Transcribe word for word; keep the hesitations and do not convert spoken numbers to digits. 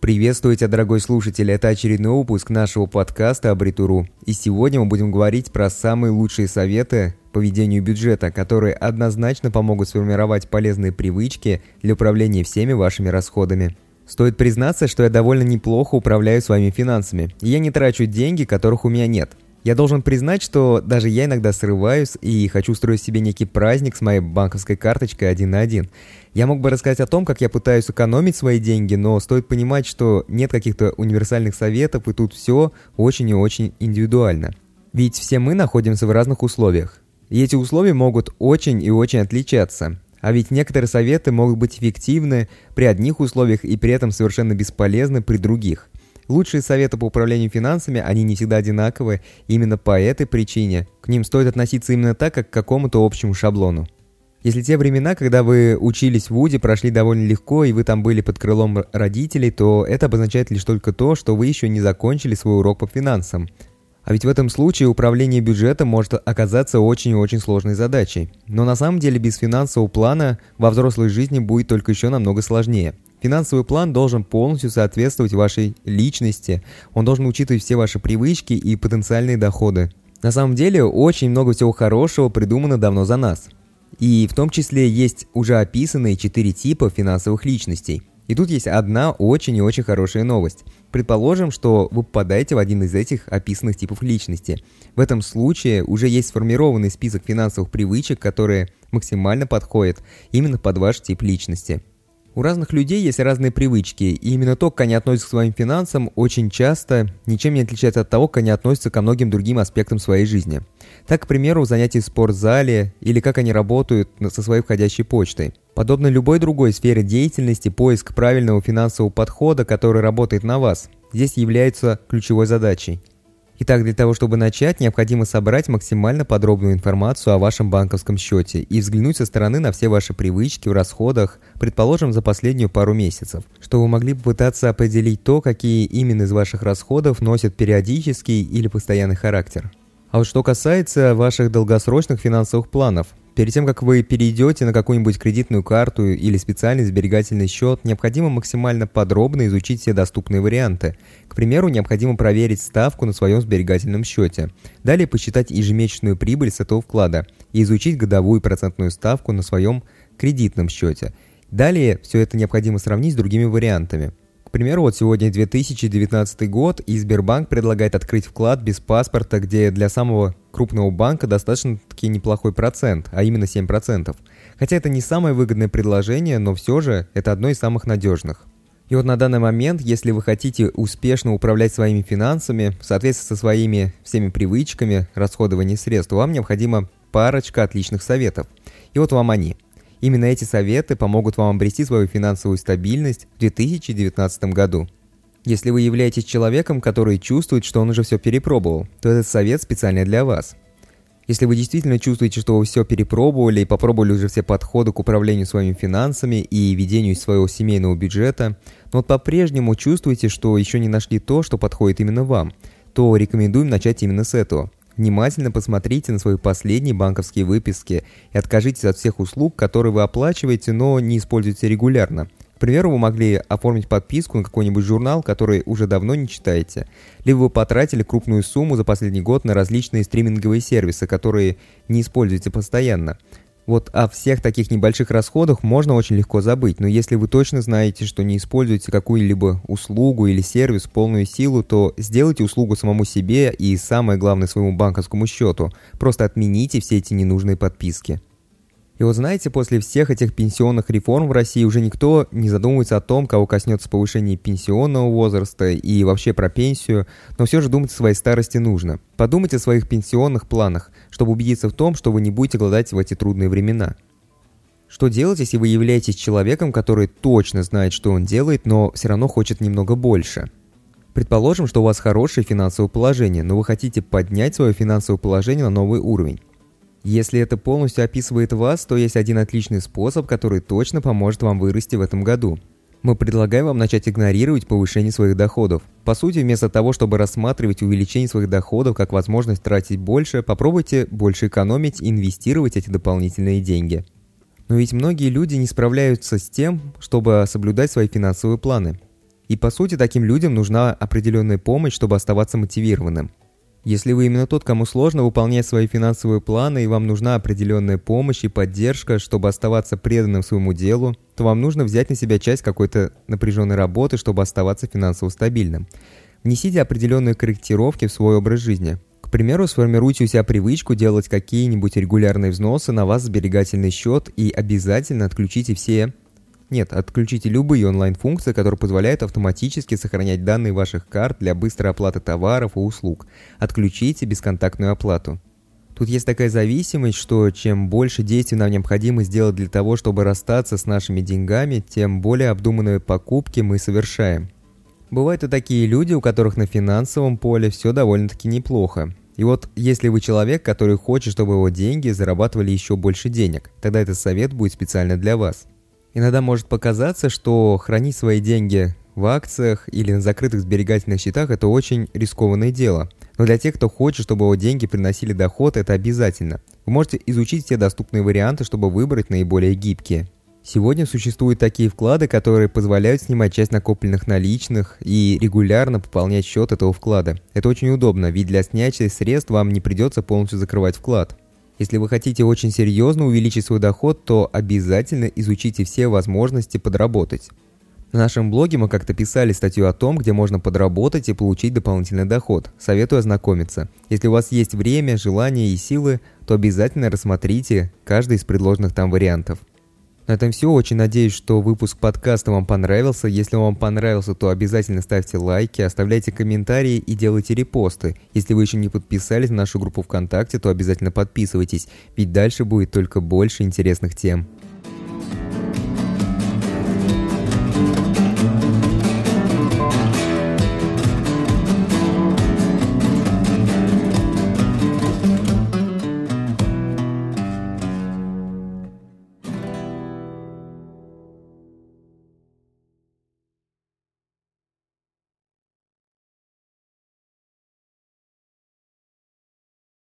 Приветствую тебя, дорогой слушатель, это очередной выпуск нашего подкаста Абритуру. И сегодня мы будем говорить про самые лучшие советы по ведению бюджета, которые однозначно помогут сформировать полезные привычки для управления всеми вашими расходами. Стоит признаться, что я довольно неплохо управляю своими финансами, и я не трачу деньги, которых у меня нет. Я должен признать, что даже я иногда срываюсь и хочу устроить себе некий праздник с моей банковской карточкой один на один. Я мог бы рассказать о том, как я пытаюсь экономить свои деньги, но стоит понимать, что нет каких-то универсальных советов, и тут все очень и очень индивидуально. Ведь все мы находимся в разных условиях, и эти условия могут очень и очень отличаться. А ведь некоторые советы могут быть эффективны при одних условиях и при этом совершенно бесполезны при других. Лучшие советы по управлению финансами, они не всегда одинаковы, и именно по этой причине к ним стоит относиться именно так, как к какому-то общему шаблону. Если те времена, когда вы учились в вузе, прошли довольно легко, и вы там были под крылом родителей, то это обозначает лишь только то, что вы еще не закончили свой урок по финансам. А ведь в этом случае управление бюджетом может оказаться очень и очень сложной задачей. Но на самом деле без финансового плана во взрослой жизни будет только еще намного сложнее. Финансовый план должен полностью соответствовать вашей личности, он должен учитывать все ваши привычки и потенциальные доходы. На самом деле, очень много всего хорошего придумано давно за нас. И в том числе есть уже описанные четыре типа финансовых личностей. И тут есть одна очень и очень хорошая новость. Предположим, что вы попадаете в один из этих описанных типов личности. В этом случае уже есть сформированный список финансовых привычек, которые максимально подходят именно под ваш тип личности. У разных людей есть разные привычки, и именно то, как они относятся к своим финансам, очень часто ничем не отличается от того, как они относятся ко многим другим аспектам своей жизни. Так, к примеру, занятия в спортзале или как они работают со своей входящей почтой. Подобно любой другой сфере деятельности, поиск правильного финансового подхода, который работает на вас, здесь является ключевой задачей. Итак, для того, чтобы начать, необходимо собрать максимально подробную информацию о вашем банковском счете и взглянуть со стороны на все ваши привычки в расходах, предположим, за последнюю пару месяцев, чтобы вы могли попытаться определить то, какие именно из ваших расходов носят периодический или постоянный характер. А вот что касается ваших долгосрочных финансовых планов, перед тем, как вы перейдете на какую-нибудь кредитную карту или специальный сберегательный счет, необходимо максимально подробно изучить все доступные варианты. К примеру, необходимо проверить ставку на своем сберегательном счете. Далее посчитать ежемесячную прибыль с этого вклада и изучить годовую процентную ставку на своем кредитном счете. Далее все это необходимо сравнить с другими вариантами. К примеру, вот сегодня две тысячи девятнадцатый год, и Сбербанк предлагает открыть вклад без паспорта, где для самого крупного банка достаточно-таки неплохой процент, а именно семь процентов. Хотя это не самое выгодное предложение, но все же это одно из самых надежных. И вот на данный момент, если вы хотите успешно управлять своими финансами, в соответствии со своими всеми привычками расходования средств, вам необходима парочка отличных советов. И вот вам они. Именно эти советы помогут вам обрести свою финансовую стабильность в две тысячи девятнадцатом году. Если вы являетесь человеком, который чувствует, что он уже все перепробовал, то этот совет специально для вас. Если вы действительно чувствуете, что вы все перепробовали и попробовали уже все подходы к управлению своими финансами и ведению своего семейного бюджета, но вот по-прежнему чувствуете, что еще не нашли то, что подходит именно вам, то рекомендуем начать именно с этого. Внимательно посмотрите на свои последние банковские выписки и откажитесь от всех услуг, которые вы оплачиваете, но не используете регулярно. К примеру, вы могли оформить подписку на какой-нибудь журнал, который уже давно не читаете. Либо вы потратили крупную сумму за последний год на различные стриминговые сервисы, которые не используете постоянно. Вот о всех таких небольших расходах можно очень легко забыть, но если вы точно знаете, что не используете какую-либо услугу или сервис в полную силу, то сделайте услугу самому себе и, самое главное, своему банковскому счету. Просто отмените все эти ненужные подписки. И вот знаете, после всех этих пенсионных реформ в России уже никто не задумывается о том, кого коснется повышение пенсионного возраста и вообще про пенсию, но все же думать о своей старости нужно. Подумайте о своих пенсионных планах, чтобы убедиться в том, что вы не будете голодать в эти трудные времена. Что делать, если вы являетесь человеком, который точно знает, что он делает, но все равно хочет немного больше? Предположим, что у вас хорошее финансовое положение, но вы хотите поднять свое финансовое положение на новый уровень. Если это полностью описывает вас, то есть один отличный способ, который точно поможет вам вырасти в этом году. Мы предлагаем вам начать игнорировать повышение своих доходов. По сути, вместо того, чтобы рассматривать увеличение своих доходов как возможность тратить больше, попробуйте больше экономить и инвестировать эти дополнительные деньги. Но ведь многие люди не справляются с тем, чтобы соблюдать свои финансовые планы. И по сути таким людям нужна определенная помощь, чтобы оставаться мотивированным. Если вы именно тот, кому сложно выполнять свои финансовые планы, и вам нужна определенная помощь и поддержка, чтобы оставаться преданным своему делу, то вам нужно взять на себя часть какой-то напряженной работы, чтобы оставаться финансово стабильным. Внесите определенные корректировки в свой образ жизни. К примеру, сформируйте у себя привычку делать какие-нибудь регулярные взносы на ваш сберегательный счет и обязательно отключите все... Нет, отключите любые онлайн-функции, которые позволяют автоматически сохранять данные ваших карт для быстрой оплаты товаров и услуг. Отключите бесконтактную оплату. Тут есть такая зависимость, что чем больше действий нам необходимо сделать для того, чтобы расстаться с нашими деньгами, тем более обдуманные покупки мы совершаем. Бывают и такие люди, у которых на финансовом поле все довольно-таки неплохо. И вот если вы человек, который хочет, чтобы его деньги зарабатывали еще больше денег, тогда этот совет будет специально для вас. Иногда может показаться, что хранить свои деньги в акциях или на закрытых сберегательных счетах – это очень рискованное дело. Но для тех, кто хочет, чтобы его деньги приносили доход, это обязательно. Вы можете изучить все доступные варианты, чтобы выбрать наиболее гибкие. Сегодня существуют такие вклады, которые позволяют снимать часть накопленных наличных и регулярно пополнять счет этого вклада. Это очень удобно, ведь для снятия средств вам не придется полностью закрывать вклад. Если вы хотите очень серьезно увеличить свой доход, то обязательно изучите все возможности подработать. На нашем блоге мы как-то писали статью о том, где можно подработать и получить дополнительный доход. Советую ознакомиться. Если у вас есть время, желание и силы, то обязательно рассмотрите каждый из предложенных там вариантов. На этом все. Очень надеюсь, что выпуск подкаста вам понравился. Если он вам понравился, то обязательно ставьте лайки, оставляйте комментарии и делайте репосты. Если вы еще не подписались на нашу группу ВКонтакте, то обязательно подписывайтесь, ведь дальше будет только больше интересных тем.